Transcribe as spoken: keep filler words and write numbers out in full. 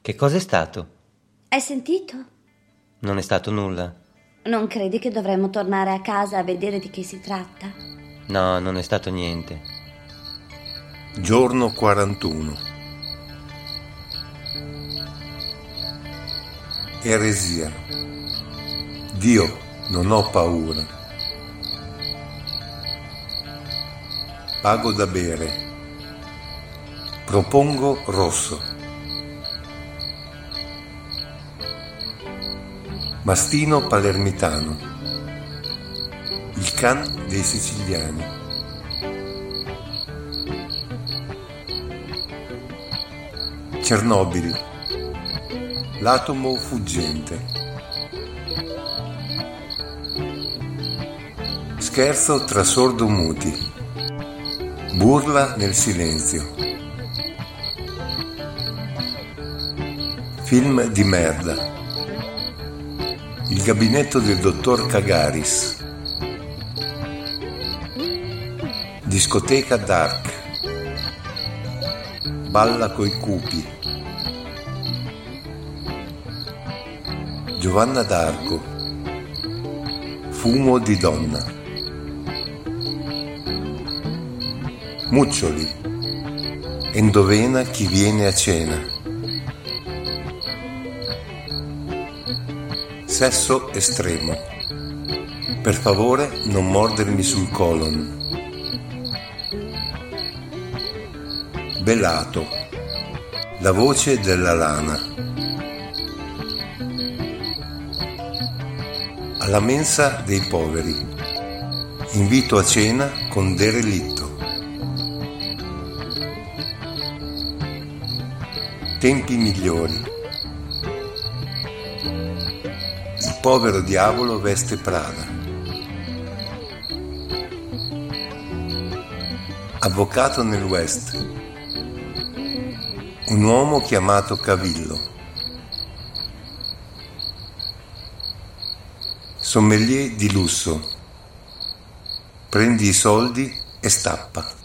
Che cos'è stato? Hai sentito? Non è stato nulla. Non credi che dovremmo tornare a casa a vedere di che si tratta? No, non è stato niente. Giorno quarantuno. Eresia. Dio, non ho paura. Pago da bere. Propongo rosso. Mastino palermitano. Il can dei siciliani. Chernobyl. L'atomo fuggente. Scherzo tra sordomuti. Burla nel silenzio. Film di merda. Il gabinetto del dottor Kagaris. Discoteca dark. Balla coi cupi. Giovanna d'Arco. Fumo di donna. Muccioli. Endovena chi viene a cena. Sesso estremo. Per favore non mordermi sul colon. Belato. La voce della lana. Alla mensa dei poveri. Invito a cena con derelitto. Tempi migliori. Il povero diavolo veste Prada. Avvocato nel West. Un uomo chiamato Cavillo. Sommelier di lusso. Prendi i soldi e stappa.